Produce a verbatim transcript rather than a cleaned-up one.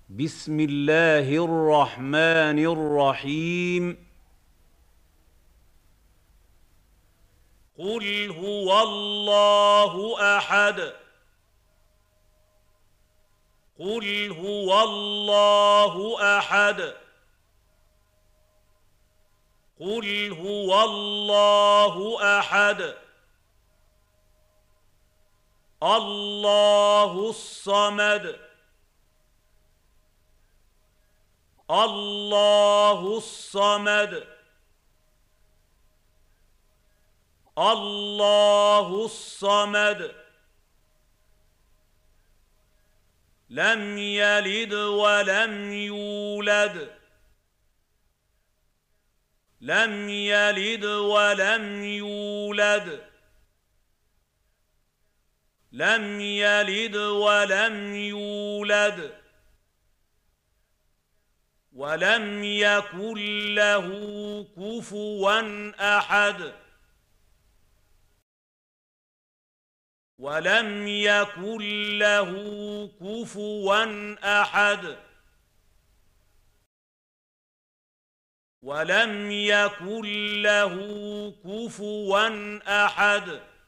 بسم الله الرحمن الرحيم. قل هو الله أحد. قل هو الله أحد. قل هو الله أحد. الله الصمد. الله الصمد. الله الصمد. لم يلد ولم يولد. لم يلد ولم يولد. لم يلد ولم يولد. ولم يكن له كفوا أحد. ولم يكن له كفوا أحد. ولم يكن له كفوا أحد.